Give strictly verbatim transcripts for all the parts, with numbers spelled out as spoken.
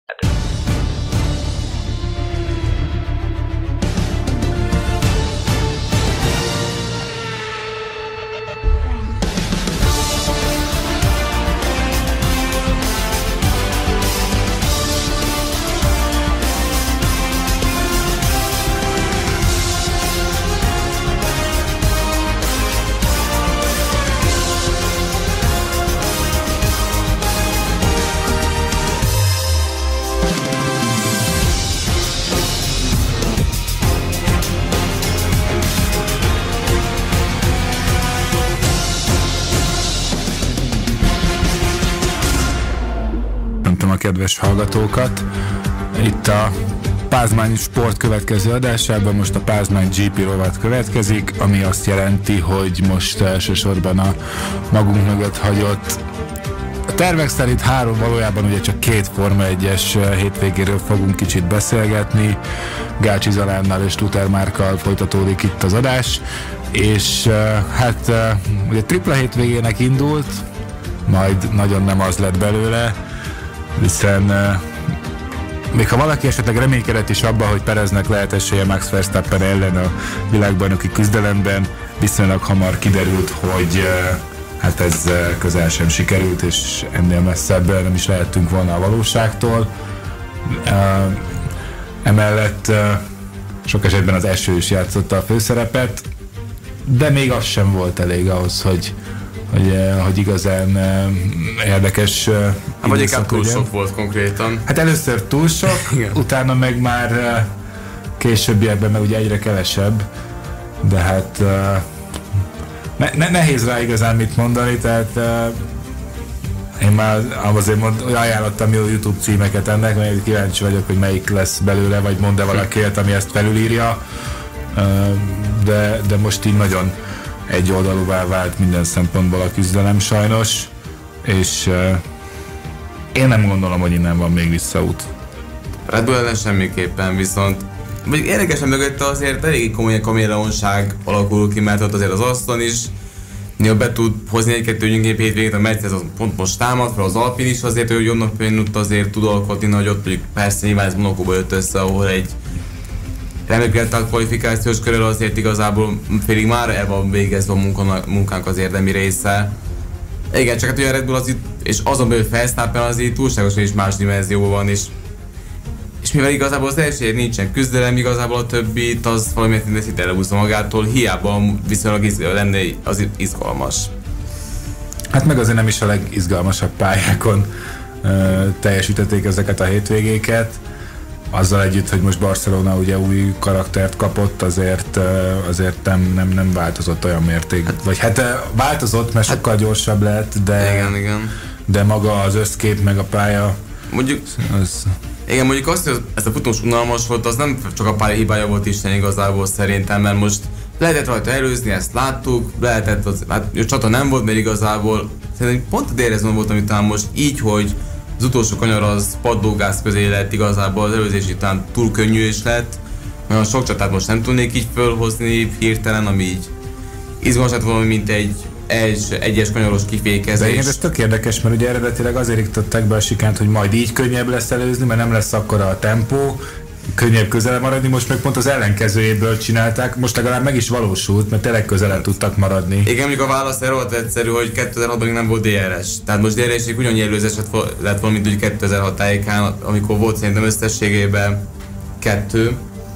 Kedves hallgatókat, itt a Pázmány Sport következő adásában most a Pázmány gé pé rovat következik, ami azt jelenti, hogy most elsősorban a magunk mögött hagyott a tervek szerint három, valójában ugye csak két Forma egyes hétvégéről fogunk kicsit beszélgetni. Gácsi Zalánnal és Luther Márkkal folytatódik itt az adás, és hát ugye tripla hétvégének indult, majd nagyon nem az lett belőle, hiszen uh, még ha valaki esetleg reménykedett is abban, hogy Pereznek lehet esélye Max Verstappen ellen a világbajnoki küzdelemben, viszonylag hamar kiderült, hogy uh, hát ez uh, közel sem sikerült, és ennél messzebb nem is lehettünk volna a valóságtól. Uh, emellett uh, sok esetben az eső is játszotta a főszerepet, de még az sem volt elég ahhoz, hogy Hogy, hogy igazán uh, érdekes uh, hát vagy inkább túl sok volt konkrétan. Hát először túl sok, utána meg már uh, későbbiekben meg ugye egyre kevesebb, de hát uh, ne, ne, nehéz rá igazán mit mondani, tehát uh, én már azért mond, ajánlottam jó YouTube címeket ennek, mert kíváncsi vagyok, hogy melyik lesz belőle, vagy mond-e valakit, ami ezt felülírja, uh, de, de most így nagyon egy oldalúvá vált minden szempontból a küzdelem sajnos, és uh, én nem gondolom, hogy innen van még visszaút. Red Bull ellen semmiképpen, viszont vagy érdekesen mögötte azért elég komoly kaméleonság alakul ki, mert ott azért az Aston is néha be tud hozni egy-kettő gyengébb hétvégét, a Mercedes az pont most támad, fel az Alpine is azért, hogy jobb napján azért tud alkotni, hogy ott mondjuk persze nyilván ez Monakóba jött össze, ahol egy remélhetően a kvalifikációs körül azért igazából félig már el van végezve a munkánk az érdemi része. Igen, csak hát ugye a Red Bull az itt, és azon belül Verstappen azért túlságosan is más dimenzióban van, és, és mivel igazából az elsőért nincsen küzdelem, igazából a többit az valamilyen szinte elhúzza magától, hiába viszonylag izg- lenne az izgalmas. Hát meg azért nem is a legizgalmasabb pályákon ö, teljesítették ezeket a hétvégéket. Azzal együtt, hogy most Barcelona ugye új karaktert kapott, azért, azért nem, nem, nem változott olyan mértékben. Hát, vagy hát változott, mert sokkal hát, gyorsabb lett, de, igen, igen. de maga az összkép meg a pálya... Mondjuk, az... igen, mondjuk azt, hogy ez a futós unalmas volt, az nem csak a pálya hibája volt Isten igazából szerintem, mert most lehetett rajta előzni, ezt láttuk, lehetett, az, hát a csata nem volt, mert igazából szerintem pont a dé er es volt, amit talán most így, hogy az utolsó kanyar az padlógáz közé lett, igazából az előzés után túl könnyű is lett. Olyan sok csatát most nem tudnék így fölhozni hirtelen, ami így izgalmas lett volna, mint egy egy, egyes kanyaros kifékezés. De igen, ez tök érdekes, mert ugye eredetileg azért iktatták be a sikánt, hogy majd így könnyebb lesz előzni, mert nem lesz akkora a tempó, könnyebb közelebb maradni, most meg pont az ellenkezőjéből csinálták, most legalább meg is valósult, mert tényleg közelebb tudtak maradni. Igen, mondjuk a válasz erre volt egyszerű, hogy kétezer-hatban nem volt dé er es. Tehát most dé er es-ig ugyanúgy előzés lett volna, mint úgy kétezer-hat tájékán, amikor volt szerintem összességében kettő.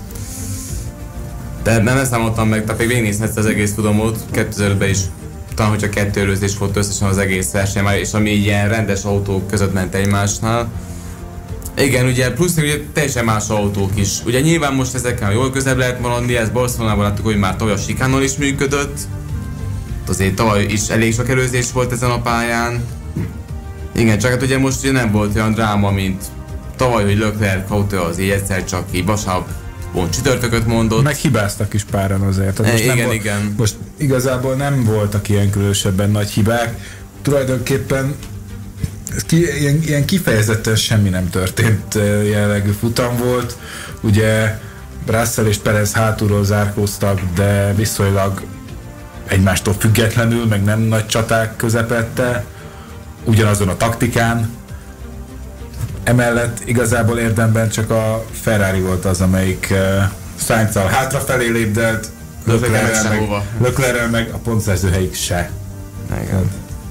De nem ezt számoltam meg, tehát még végignézhetsz az egész tudomot, kétezer-ötben is talán, hogyha kettő előzés volt összesen az egész verseny, és ami ilyen rendes autók között ment egymásnál. Igen, ugye plusz ugye teljesen más autók is. Ugye nyilván most ezekkel jól közebb lehet maradni, ezt Barcelonában láttuk, hogy már tavaly a sikánnal is működött. Azért tavaly is elég sok előzés volt ezen a pályán. Igen, csak hát ugye most ugye nem volt olyan dráma, mint tavaly, hogy Leclerc autó az így egyszer csak így vasárnap pont csütörtököt mondott. Meg hibáztak is páran azért. E, most igen, nem igen. Volt, most igazából nem voltak ilyen különösebben nagy hibák. Tulajdonképpen ki, ilyen, ilyen kifejezetten semmi nem történt jellegű futam volt. Ugye Russell és Perez hátulról zárkóztak, de viszonylag egymástól függetlenül, meg nem nagy csaták közepette, ugyanazon a taktikán. emellett igazából érdemben csak a Ferrari volt az, amelyik uh, Sainz-al hátrafelé lépdelt, Leclerrel meg, Leclerrel meg a pontszerző helyig se. Igen.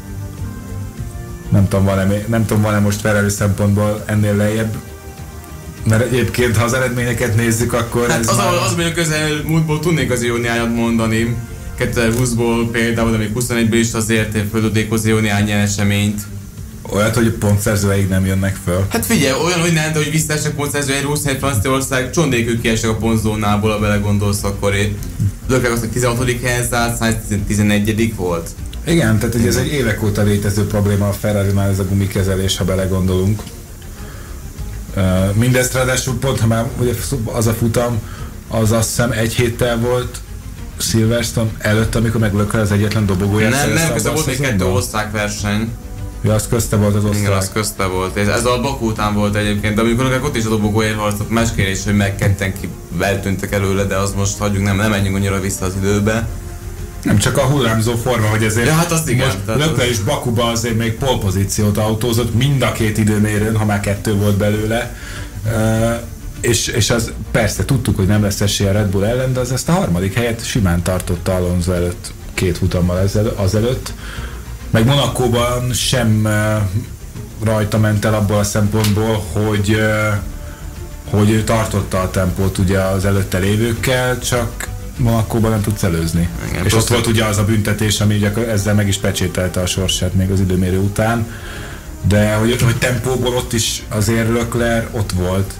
Nem tudom, van-e, nem tudom, van-e most Ferrari szempontból ennél lejjebb. Mert egyébként, ha az eredményeket nézzük, akkor hát ez az, már... az, hogy a közelmúltból tudnék azért jó néhányat mondani. kétezer-húszból például, de még huszonegyből is azért földudék hozzá jó néhány eseményt. Olyat, hogy pontszerzőeig nem jönnek föl. Hát figyelj, olyan, hogy nem, de hogy visszaesek pontszerzőeig, huszonhegy Franciaország, csondékük kiesek a pontzónából, ha belegondolsz akkor én. Lökleg azt, hogy tizenhatodik helyen zárt, Sainz tizennegyedik volt. Igen, tehát ugye ez egy évek óta létező probléma a Ferrari-nál, ez a gumikezelés, ha belegondolunk. Uh, mindezt ráadásul pont, ha már ugye az a futam, az azt hiszem egy héttel volt Silverstone előtt, amikor meg Leclerc az egyetlen dobogóját Nem, nem, közben volt még kettő osztrák verseny. Ja, az közte volt az osztrák. Igen, az közte volt. Ez, ez a Baku után volt egyébként, de amikor ott is a dobogóért harcot, más kérdés, hogy meg ketten ki eltűntek előle, de az most hagyjuk, nem, nem menjünk annyira vissza az időbe. Nem csak a hullámzó forma, hogy ezért ja, hát azt igen, most Leclerc is Bakuba azért még polpozíciót autózott, mind a két időmérőn, ha már kettő volt belőle. Uh, és, és az persze tudtuk, hogy nem lesz esélye a Red Bull ellen, de az ezt a harmadik helyet simán tartotta Alonso előtt, két futammal ezel, azelőtt. Meg Monacóban sem uh, rajta ment el abból a szempontból, hogy, uh, hogy ő tartotta a tempót ugye az előtte lévőkkel, csak Monacóban nem tudsz előzni. Igen, és ott volt ugye az a büntetés, ami ugye ezzel meg is pecsételte a sorsát még az időmérő után. De hogy, hogy tempóból ott is azért Leclerc ott volt,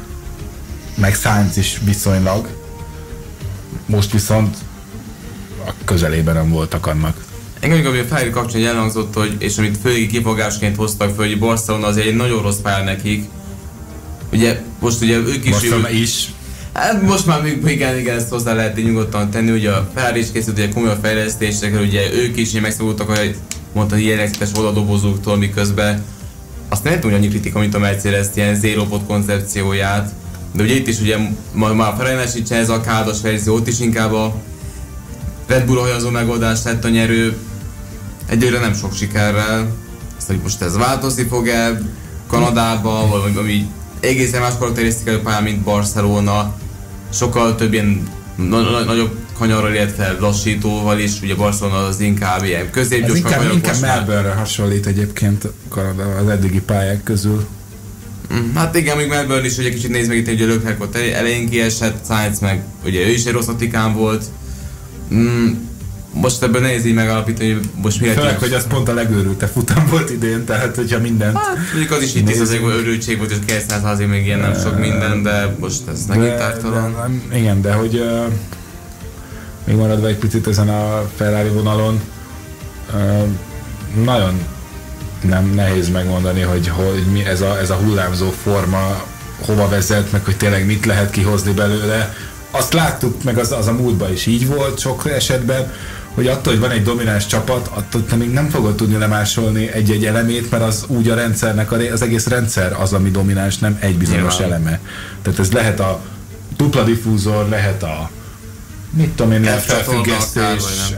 meg Sainz is viszonylag. Most viszont a közelében nem voltak annak. Engem, ami a Ferrari kapcsán elhangzott, hogy, és amit főleg kifogásként hoztak föl, hogy Barcelona azért egy nagyon rossz pálya nekik. Ugye most ugye ők is... Barcelona is. Hát most már még igen, igen, ezt hozzá lehet nyugodtan tenni, ugye a Ferrari is készült ugye komolyabb fejlesztésekre, ugye ők is megszabadultak, hogy mondta, hogy jellegzetes oldaldobozóktól, miközben azt nem tudom, hogy annyi kritika, mint a Mercedes ilyen zero pot koncepcióját, de ugye itt is ugye már a Ferrari-nál sincs ez a kádas verzió, ott is inkább a Red Bull hajazó megoldás lett a nyerő, egyőre nem sok sikerrel, azt, hogy most ez változni fog-e Kanadában, vagy ami egészen más karakterisztikai pályán, mint Barcelona, sokkal több ilyen na- na- nagyobb kanyarral, illetve lassítóval is, ugye Barcelona az inkább ilyen középgyors kanyarok. Inkább, inkább Melbourne-re hasonlít egyébként Kanada az eddigi pályák közül. Mm, hát igen, még Melbourne is ugye kicsit nézd meg itt, hogy a Leclerc ott elején kiesett, Sainz meg ugye ő is egy rossz attikán volt. Mm, most ebből nehéz így megállapítani, hogy most mi főleg, hogy az pont a legőrültebb futam volt idén, tehát hogyha mindent... Hát, mondjuk az is itt is az egy őrültség volt, és kétszázházig még ilyen nem sok minden, de most ez megítártalan. Igen, de hogy uh, még maradva egy picit ezen a Ferrari vonalon, uh, nagyon nem nehéz megmondani, hogy, hogy mi ez a, ez a hullámzó forma hova vezet, meg hogy tényleg mit lehet kihozni belőle. Azt láttuk, meg az, az a múltban is így volt sok esetben, hogy attól, hogy van egy domináns csapat, attól te még nem fogod tudni lemásolni egy-egy elemét, mert az úgy a rendszernek, az egész rendszer az, ami domináns, nem egy bizonyos Nyilván. eleme. Tehát ez lehet a dupla diffúzor, lehet a mit tudom én, a felfüggesztés.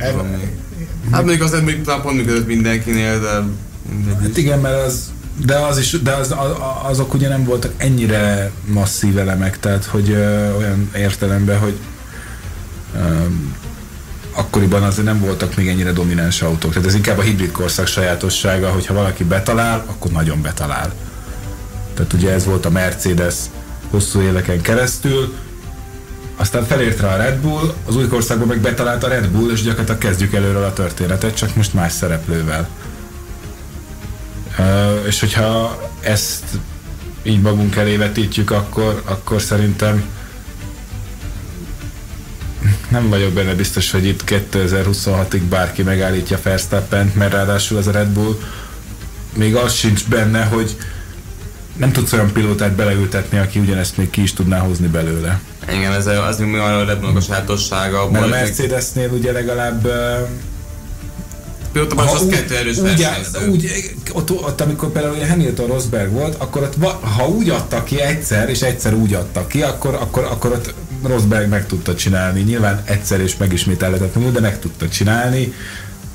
Hát még azért még talán pont működött mindenkinél, de... Hát igen, mert az, de, az is, de az, azok ugye nem voltak ennyire masszív elemek, tehát hogy ö, olyan értelemben, hogy ö, akkoriban azért nem voltak még ennyire domináns autók. Tehát ez inkább a hibrid korszak sajátossága, hogyha valaki betalál, akkor nagyon betalál. Tehát ugye ez volt a Mercedes hosszú éveken keresztül, aztán felért rá a Red Bull, az új korszakban meg betalált a Red Bull, és gyakorlatilag kezdjük előről a történetet, csak most más szereplővel. Uh, és hogyha ezt így magunk elé vetítjük, akkor, akkor szerintem nem vagyok benne biztos, hogy itt kétezer-huszonhatig bárki megállítja Verstappent, mert ráadásul az a Red Bull még az sincs benne, hogy nem tudsz olyan pilótát beleültetni, aki ugyanezt még ki is tudná hozni belőle. Igen, ez a, az még a Red Bullnak a sajátossága. Mert a Mercedesnél ugye legalább uh, pilótabás az kettő erős versenyző. Úgy, ott, ott, amikor például Hamilton Rosberg volt, akkor ott, ha úgy adta ki egyszer, és egyszer úgy adta ki, akkor, akkor, akkor ott Rosberg meg tudta csinálni. Nyilván egyszer és megismételhetetlenül, de meg tudta csinálni.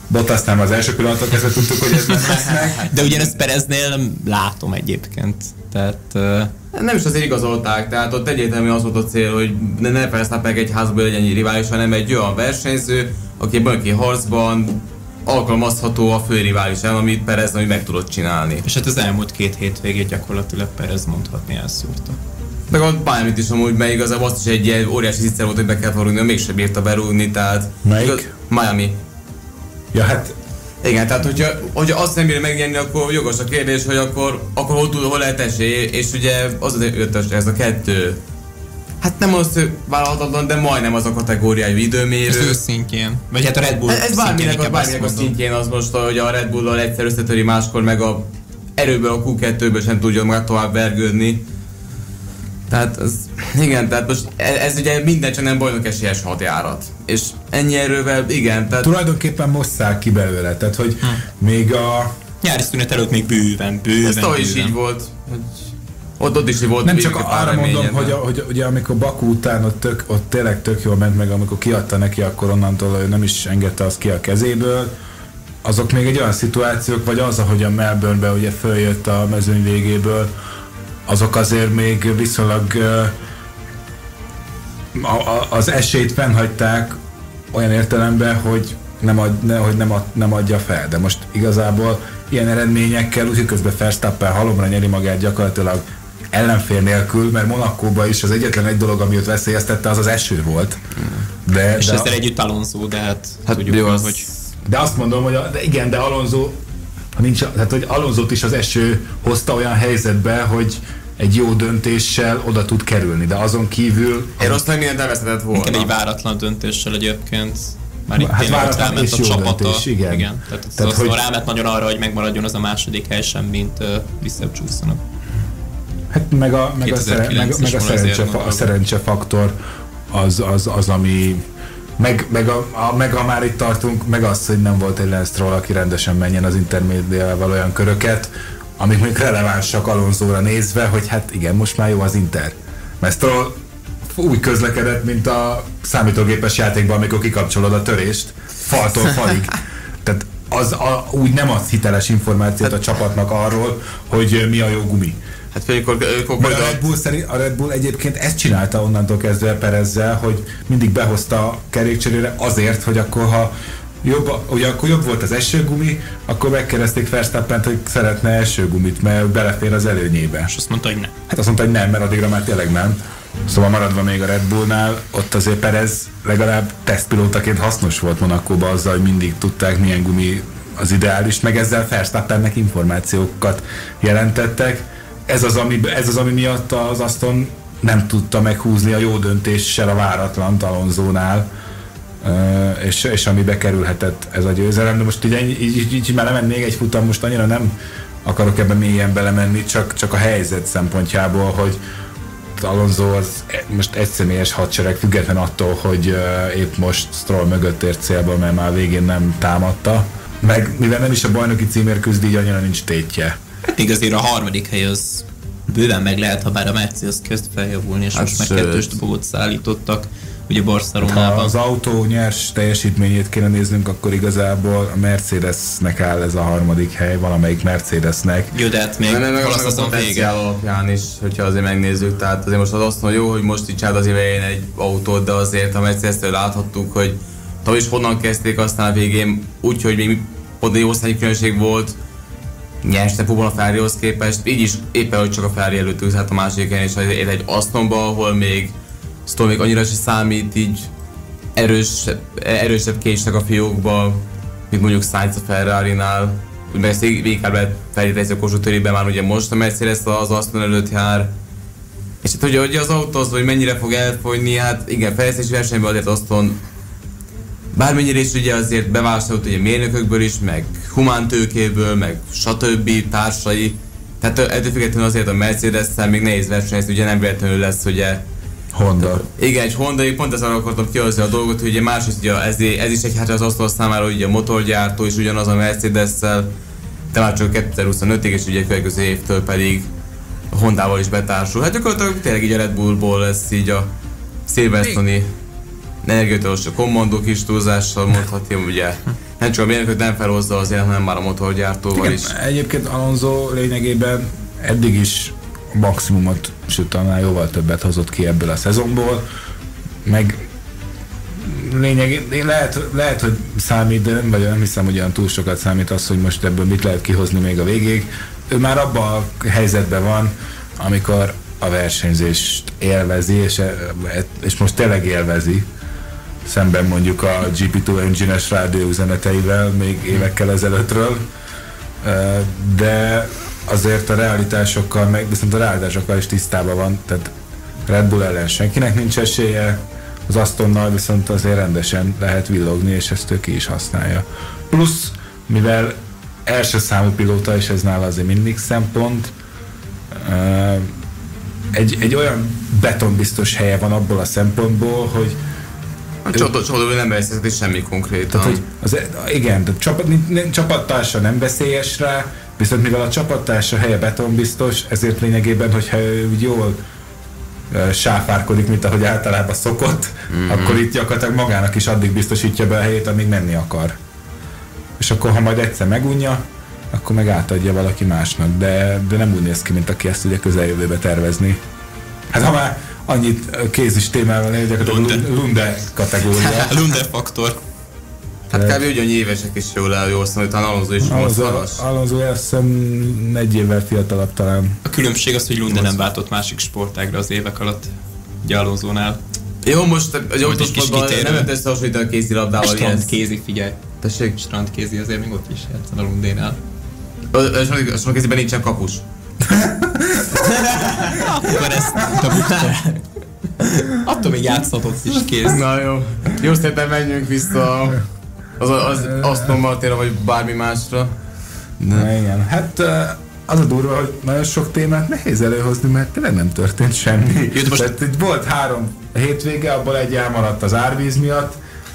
Bottasnál az első pillanatok kezdve tudtuk, hogy ez nem lesz meg. De ugyanezt Pereznél nem látom egyébként. tehát... Uh... Nem is azért igazolták, tehát ott egyértelműen az volt a cél, hogy ne, ne Verstappen egy házból legyen egy rivális, hanem egy olyan versenyző, aki bajnoki harcban alkalmazható a főrivális ellen, amit Perez ami meg tudott csinálni. És hát az elmúlt két hétvégét gyakorlatilag Perez mondhatni elszúrta. Meg a Miami-t is amúgy, mert igazából azt is egy ilyen óriási zicser volt, hogy be kell rúgni, mégsem bírta berúgni, tehát... Melyik? Igaz, Miami. Ja, hát... Igen, tehát hogyha, hogyha azt nem bírja megnyerni, akkor jogos a kérdés, hogy akkor, akkor hol, tud, hol lehet esély, és ugye az az ötös, ez a kettő. Hát nem az vállalhatatlan, de majdnem az a kategóriájú időmérő. Az ő szintjén. Vagy hát a Red Bull ez, ez bárminek, a, bárminek a szintjén az most, hogy a Red Bull-al egyszer összetöri, máskor meg a erőből, a kú kettőből sem tudja magát tovább vergődni. Tehát az, igen, tehát most ez, ez ugye minden csak nem bajnok esélyes hadjárat. És ennyi erővel, igen, tehát... Tulajdonképpen most száll ki belőle, tehát hogy hm. még a... Nyári szünet előtt még bőven, bőven, ez bőven. is így volt. Hogy ott, ott is így volt. Nem csak arra mondom, hogy, a, hogy ugye amikor Baku után ott, tök, ott tényleg tök jól ment, meg amikor kiadta neki, akkor onnantól ő nem is engedte azt ki a kezéből. Azok még egy olyan szituációk, vagy az, ahogy a Melbourne-be ugye följött a mezőny végéből, azok azért még viszonylag uh, a, a, az esélyt fennhagyták olyan értelemben, hogy nem, ad, ne, hogy nem, ad, nem adja fel. De most igazából ilyen eredményekkel, úgyhogy közben Verstappen halomra nyeri magát gyakorlatilag ellenfél nélkül, mert Monacóban is az egyetlen egy dolog, ami őt veszélyeztette, az az eső volt. De, és de ezzel a... együtt Alonso, de hát, hát tudjuk, jó, az... hogy... De azt mondom, hogy a, de igen, de Alonso, ha nincs, tehát hogy Alonsót is az eső hozta olyan helyzetbe, hogy egy jó döntéssel oda tud kerülni, de azon kívül... Én rossz meg mindent elveszhetett volna. Igen, egy váratlan döntéssel egyébként. Már itt hát tényleg ráment a csapata. Döntés, igen. igen. Tehát, Tehát az hogy... ráment nagyon arra, hogy megmaradjon az a második hely sem, mint uh, visszacsúszanak. Hát meg a, meg a, szere, meg, meg a, szerencse, a szerencsefaktor az, az, az, ami... Meg, meg, a, a, meg ha már itt tartunk, meg az, hogy nem volt egy Lance Stroll, aki rendesen menjen az intermédiával olyan köröket, amik még relevánsak Alonsóra nézve, hogy hát igen, most már jó az Inter. Mert Stroll úgy közlekedett, mint a számítógépes játékban, amikor kikapcsolod a törést, faltól falig. Tehát az a, úgy nem ad hiteles információt a csapatnak arról, hogy mi a jó gumi. Hát félkor, a Red Bull szerint, a Red Bull egyébként ezt csinálta onnantól kezdve Perezzel, hogy mindig behozta a kerékcserére azért, hogy akkor ha jobb, ugye akkor jobb volt az esőgumi, akkor megkérdezték Verstappent, hogy szeretne esőgumit, mert belefér az előnyébe. És azt mondta, hogy nem. Hát azt mondta, hogy nem, mert addigra már tényleg nem. Szóval maradva még a Red Bullnál, ott azért Perez legalább tesztpilótaként hasznos volt Monacóban azzal, hogy mindig tudták, milyen gumi az ideális, meg ezzel Verstappennek információkat jelentettek. Ez az, ami, ez az, ami miatt az Aston nem tudta meghúzni a jó döntéssel a váratlant Alonsónál, uh, és, és ami bekerülhetett ez a győzelem. De most így, így, így, így már lement még egy futam, most annyira nem akarok ebben mélyen belemenni, csak, csak a helyzet szempontjából, hogy Alonso az most egyszemélyes hadsereg, független attól, hogy uh, épp most Stroll mögött ért célba, mert már végén nem támadta. Meg mivel nem is a bajnoki címért küzd, így annyira nincs tétje. Hát még azért a harmadik hely az bőven meg lehet, ha bár a Mercedes kezd feljavulni, és hát most már kettős dobogót szállítottak, ugye Barcelonában. Ha az autó nyers teljesítményét kéne néznünk, akkor igazából a Mercedesnek áll ez a harmadik hely, valamelyik Mercedesnek. Jó, de hát még halasz azon vége alapján is, hogyha azért megnézzük, tehát azért most az azt mondja, jó, hogy most így csád az évején egy autót, de azért a Mercedes-től láthattuk, hogy tavaly is honnan kezdték, aztán a végén úgy, hogy még pont egy országi különbség volt, nyers tempóban a Ferrarihoz képest, így is éppen, hogy csak a Ferrari előtt ült, hát a másik helyen is ér egy Astonba, ahol még Stroll még annyira se számít, így erősebb, erősebb késnek a fiókba, mint mondjuk Sainz a Ferrarinál. Úgy meg ezt végig kell feltételezni a konstruktőriben, már ugye most a Mercedes az Aston előtt jár. És hát ugye, hogy az autó az, hogy mennyire fog elfogyni, hát igen, fejlesztési versenyben azért Aston bármennyire is ugye azért bevásárolt ugye mérnökökből is, meg humántőkéből, meg stb. Társai. Tehát ettől függetlenül azért a Mercedes-szel még nehéz versenyezni, ugye nem véletlenül lesz ugye Honda. Tehát, igen, egy Honda, én pont ezt arra akartam kihozni a dolgot, hogy ugye másrészt ugye ez, ez is egy hát az asztal számára, hogy a motorgyártó is ugyanaz a Mercedes-szel, de már csak kétezer-huszonötig, és ugye a következő évtől pedig a Hondával is betársul. Hát gyakorlatilag tényleg így a Red Bullból lesz így a Silverstone-i energiatölos a kommandó kis túlzással mondhatja, ugye nem csak a mérnököt nem felhozza azért, hanem már a motorgyártóval is. Egyébként Alonso lényegében eddig is maximumot, sőt talán jóval többet hozott ki ebből a szezonból, meg lényeg, lehet, lehet, hogy számít, de nem, vagy nem hiszem, hogy olyan túl sokat számít az, hogy most ebből mit lehet kihozni még a végéig. Ő már abban a helyzetben van, amikor a versenyzést élvezi, és, és most tényleg élvezi, szemben mondjuk a gé pé kettő Engine-es rádió üzeneteivel még évekkel ezelőttről, de azért a realitásokkal, meg viszont a realitásokkal is tisztában van, tehát Red Bull ellen senkinek nincs esélye, az Astonnal viszont azért rendesen lehet villogni, és ezt ő ki is használja. Plusz, mivel első számú pilóta, és ez nála azért mindig szempont, egy, egy olyan betonbiztos helye van abból a szempontból, hogy a csapatból nem veszélyezteti semmi konkrétan. Tehát, hogy az, igen, tehát csapat, csapattársa nem veszélyes rá, viszont mivel a csapattársa helye betonbiztos, ezért lényegében, hogyha ő úgy jól uh, sáfárkodik, mint ahogy általában szokott, mm-hmm. akkor itt gyakorlatilag magának is addig biztosítja be a helyét, amíg menni akar. És akkor, ha majd egyszer megunja, akkor meg átadja valaki másnak, de, de nem úgy néz ki, mint aki ezt ugye közeljövőbe tervezni. Hát ha már annyit kézis témával nézzük, a Lunde kategória. Lunde faktor. Hát kb. Ugyanúgy évesek is jól el, jól szól, hogy talán Alonso is nyolcvanas. Alonso azt hiszem egy évvel fiatalabb talán. A különbség az, hogy Lunde nem váltott másik sportágra az évek alatt, ugye Alonsónál. Jó, most a autósportban nem lehet összehasonlítani a kézilabdával. A strandkézi, figyelj. Tessék? Strandkézi azért még ott is játszan a Lundénál. A strandkéziben nincsen kapus. Akkor ezt tabuktál. Attól még játszhatott is kész. Na jó. Jó, szerintem menjünk vissza az, az Aston Martinra, vagy bármi másra. Na igen. Hát az a durva, hogy nagyon sok témát nehéz előhozni, mert tényleg nem történt semmi. Jött most... Tehát volt három hétvége, abból egy elmaradt az árvíz miatt.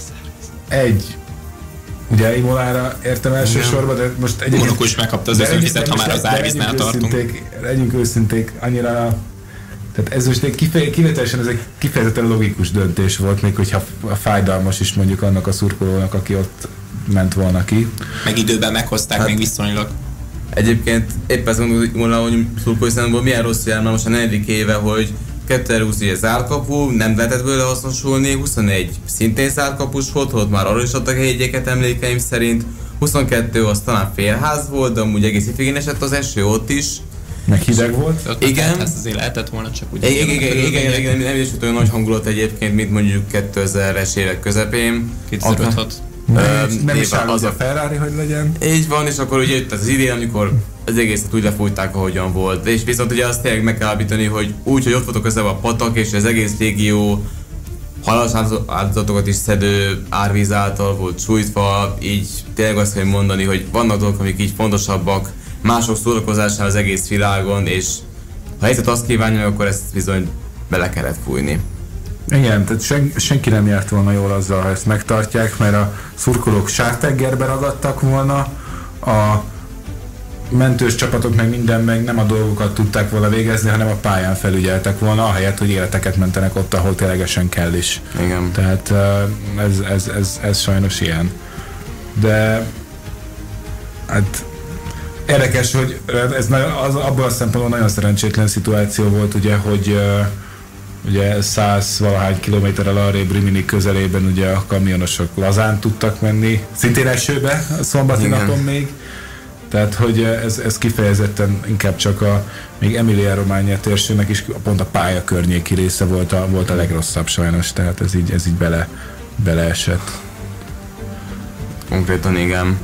Egy ugye Imolára értem elsősorban, de most egyébként... Monaco is megkapta az öszönfizet, ha már az árvíznál tartunk. Legyünk őszinték, annyira... Tehát ez most egy kifeje, kivételesen ez egy kifejezetten logikus döntés volt, még hogyha fájdalmas is mondjuk annak a szurkolónak, aki ott ment volna ki. Meg időben meghozták hát, még viszonylag. Egyébként éppen azt gondolom, hogy szurkolói szempontból milyen rossz jár, mert most a negyedik éve, hogy kétezer-húsz ugye zárkapu, nem lehetett belőle hasznosulni, huszonegy szintén zárkapus volt, ott már arról is adtak jegyeket emlékeim szerint, huszonkettő az talán félház volt, de amúgy egész ifigén esett az eső ott is. Meg hideg volt? Ott igen. Ezt azért lehetett volna csak úgy. Igen, igen, igen, igen, nem is olyan nagy hangulat egyébként, mint mondjuk kétezres évek közepén. kétezer-öt. Nem, nem is áll az a Ferrari, hogy legyen. Így van, és akkor ugye jött az idén, amikor az egészet úgy lefújták, ahogyan volt. És viszont ugye azt tényleg meg kell állítani, hogy úgy, hogy ott voltak közel a patak, és az egész régió halálos áldozatokat is szedő árvíz által volt sújtva, így tényleg azt kell mondani, hogy vannak dolgok, amik így fontosabbak mások szórakozásnál az egész világon, és ha helyzet azt kívánja, akkor ezt bizony bele kellett fújni. Igen, tehát sen, senki nem járt volna jól azzal, ha ezt megtartják, mert a szurkolók sárteggerbe ragadtak volna, a mentős csapatok meg minden meg nem a dolgokat tudták volna végezni, hanem a pályán felügyeltek volna, ahelyett, hogy életeket mentenek ott, ahol ténylegesen kell is. Igen. Tehát ez, ez, ez, ez sajnos ilyen. De hát érdekes, hogy ez az, abban a szempontból nagyon szerencsétlen szituáció volt, ugye, hogy ugye száz valahány kilométerrel arrébb Rimini közelében ugye a kamionosok lazán tudtak menni, szintén esőbe a szombati igen. napon még. Tehát, hogy ez, ez kifejezetten inkább csak a még Emilia-Romagna térségnek is pont a pálya környéki része volt a, volt a legrosszabb sajnos, tehát ez így, ez így bele, beleesett. Konkrétan igen.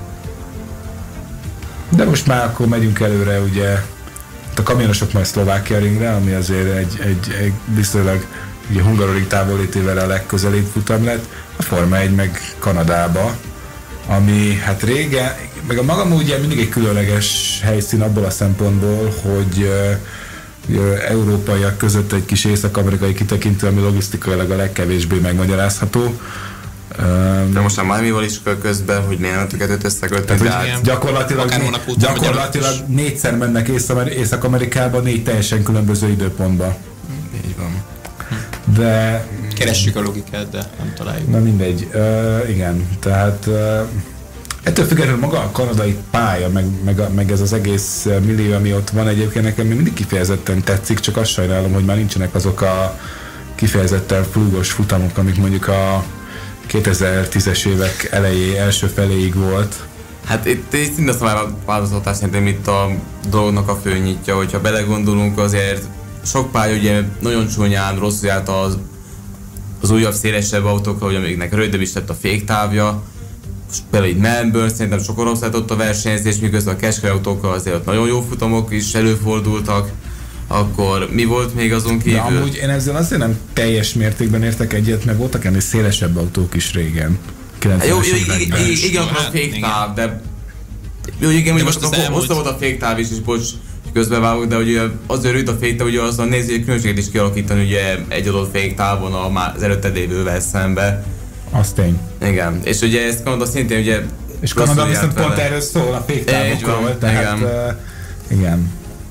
De most már akkor megyünk előre, ugye a kamionosok majd Szlovákia ringre, ami azért egy, egy, egy viszonylag ugye Hungaroring távolítével a legközelibb futam lett, a Forma egy meg Kanadába, ami hát régen, meg a magam ugye mindig egy különleges helyszín abból a szempontból, hogy uh, európaiak között egy kis észak-amerikai kitekintő, ami logisztikailag a legkevésbé megmagyarázható. De most a Miami-val is közben, hogy miért nem tökéletőt összekötni. Tehát, gyakorlatilag, né, gyakorlatilag négyszer mennek Észak-Amerikába, négy teljesen különböző időpontba. Így van. De... Keressük a logikát, de nem találjuk. Na mindegy. Uh, igen, tehát uh, Ettől függetlenül maga a kanadai pálya, meg, meg, meg ez az egész millió, ami ott van, egyébként nekem még mindig kifejezetten tetszik, csak azt sajnálom, hogy már nincsenek azok a kifejezetten flúgos futamok, amik mondjuk a kétezer-tízes évek elejé, első feléig volt. Hát itt, itt mindaz már a változtatás szerintem itt a dolognak a főnyitja, hogyha belegondolunk, azért sok pálya ugye nagyon csúnyán rosszul járt az, az újabb, szélesebb autókkal, hogy amiknek rövidebb is lett a féktávja. Például itt Melbourne szerintem sokkal rosszul lett ott a versenyzés, miközben a keskeny autókkal azért ott nagyon jó futamok is előfordultak. Akkor mi volt még azon kívül? De amúgy én ezzel azért nem teljes mértékben értek egyet, mert voltak ennél szélesebb autók is régen. Jó, igen, akkor a féktáv, de jó, igen, hogy most most volt a féktáv is, és bocs, közbevágok, de ugye az rövid a féktáv, ugye azzal nézi, hogy különbséget is kialakítani ugye egy adott féktávon az előtte lévővel szembe. Az tény. Igen, és ugye ezt Kanada szintén ugye... És Kanada viszont pont erről szól a féktávokról, tehát igen. Uh, igen.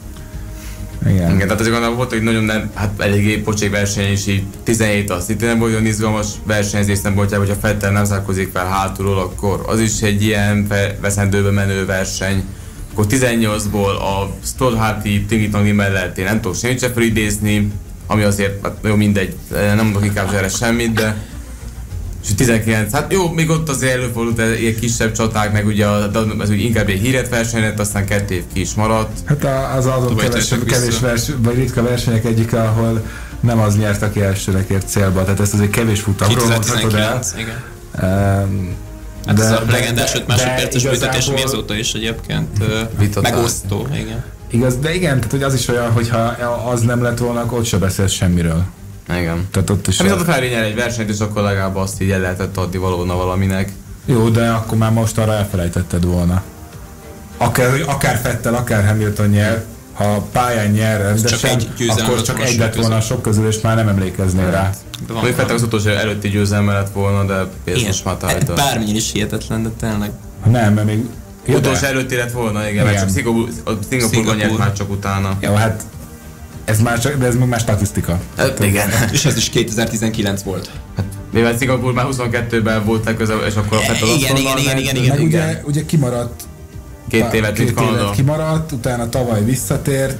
Igen. Igen, tehát azért gondolom volt, hogy nagyon nem, hát eléggé pocsék verseny is így tizenhét az szintén nem volt olyan izgalmas versenyzés szempontjából, hogyha Vettel nem zárkozik fel hátulról, akkor az is egy ilyen veszendőbe menő verseny. Akkor tizennyolcból a Stolharti Tingitangi mellett én nem tudok semmit sem felidézni, ami azért, hát jó mindegy, nem mondok inkább erre semmit, de és tizenkilenc, hát jó, még ott azért előfordult ilyen kisebb csaták, meg ugye az úgy inkább egy híret verseny lett, aztán kettő év ki is maradt. Hát az azon kevés, kevés vers, vagy ritka versenyek egyik, ahol nem az nyert, aki elsőnek ért célba, tehát ezt azért kevés futamról mondhatod el. Igen. Um, hát de, ez a legendás öt másodperces büntetés, ami azóta is egyébként uh, megosztó, igen. Igaz, de igen, tehát hogy az is olyan, hogyha az nem lett volna, akkor ott se beszélsz semmiről. Igen. Tehát ott is... Hát viszont a felvényel egy versenyt, és akkor legalább azt így el lehetett adni valóna valaminek. Jó, de akkor már most arra elfelejtetted volna. Akár, akár Vettel, akár Hamilton nyer, ha a pályán nyer rendesen, akkor csak egy lett volna a sok közül, és már nem emlékeznél rá. Még Vettel az utolsó előtti győzelme lett volna, de ez most már tájta. Bármilyen is hihetetlen, de tényleg. Nem, mert még... Utolsó előtti lett volna, igen, igen. Mert csak Szingapurban nyert már csak utána. Jó, hát ez már csak, de ez még már statisztika. Hát, igen. És ez is kétezer-tizenkilenc volt. Hát, mivel Szingapur már huszonkettőben volt legközelebb, és akkor a Vettel igen, igen, igen, igen, igen, meg igen. Ugye, ugye kimaradt. Két évet, két évet kimaradt, utána tavaly visszatért,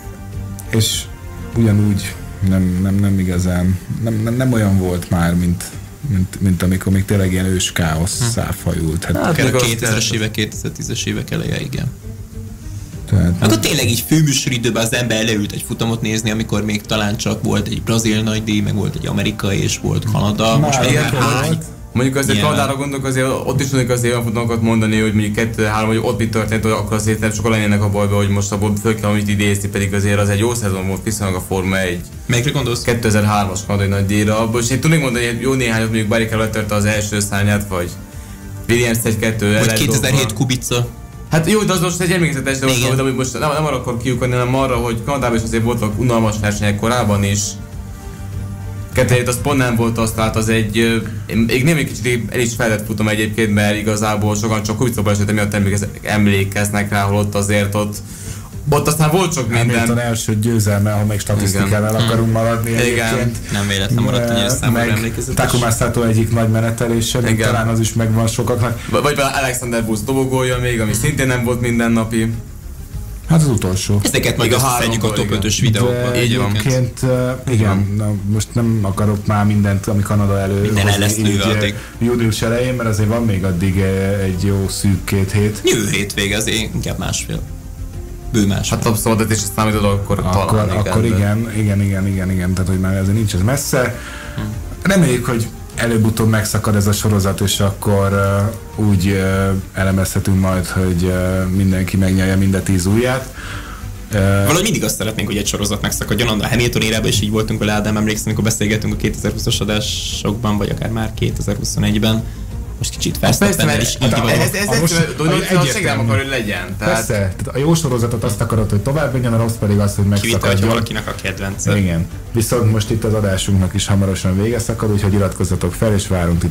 és ugyanúgy nem, nem, nem igazán, nem, nem, nem olyan volt már, mint, mint, mint amikor még tényleg ilyen ős káosz hm. száfajult. Hát, hát a kétezres évek, kétezer-tízes évek eleje, igen. Tehát, akkor tényleg így főműsoridőben az ember leült egy futamot nézni, amikor még talán csak volt egy brazil nagydíj, meg volt egy amerikai, és volt Kanada. Most már ilyen hány? Mondjuk azért Kanadára gondolok, azért ott is tudnék azért olyan futamokat mondani, hogy mondjuk kettő-három, hogy ott mi történt, hogy akkor azért nem sokan lennének a bajba, hogy most abból föl kell amit idézni, pedig azért az egy jó szezon volt viszonylag a Forma egy. Melyikre gondolsz? kétezer-hármas kanadai nagydíjra. Abból is én tudnék mondani, hogy jó néhányat, mondjuk Barrichello letörte az első szárnyát, vagy Williams egy-kettő vagy kétezer-hét Kubica. Hát jó, de az most egy emlékezetes dolog, de most nem, nem arra akar kiukadni, hanem arra, hogy Kanadában is azért voltak unalmas versenyek korábban is. kettő az pont nem volt az, tehát az egy, még nem egy kicsit el is felett futam egyébként, mert igazából sokan csak Kubica baleset miatt emlékeznek rá, holott azért ott ott aztán volt sok minden. Hamilton első győzelme, ha még statisztikával akarunk maradni egyébként. Nem véletlen maradt a számomra emlékezetes. Takuma Sato egyik nagy menetelése, talán az is megvan sokaknak. Vagy Alexander Busz dobogója még, ami szintén nem volt mindennapi. Hát az utolsó. Ezeket majd összeszedjük a top ötös videókban. Egyébként igen, na, most nem akarok már mindent, ami Kanada elő minden el lesz nőve június elején, mert azért van még addig egy jó szűk két hét. Jövő hétvége azért inkább másfél. Bő másfél. Hát abszolút, és azt számítod, akkor Akkor, akkor igen, igen, igen, igen, igen, tehát hogy már ez nincs ez messze. Hm. Reméljük, hogy előbb-utóbb megszakad ez a sorozat, és akkor uh, úgy uh, elemezhetünk majd, hogy uh, mindenki megnyelje mind a tíz ujját. Uh, Valahogy mindig azt szeretnénk, hogy egy sorozat megszakadjon. A Hamilton érában is így voltunk vele, Ádám, emlékszem, amikor beszélgettünk a kétezer-húszas adásokban, vagy akár már kétezer-huszonegyben. Most kicsit Verstappennel is így van. Ez egyértelmű, nem akar, hogy legyen. Persze, tehát a jó sorozatot azt akarod, hogy tovább menjen, a rossz pedig azt, hogy megszakadjon. Kivita, hogy valakinek a kedvence. Igen. Viszont most itt az adásunknak is hamarosan vége szakad, úgyhogy iratkozzatok fel, és várunk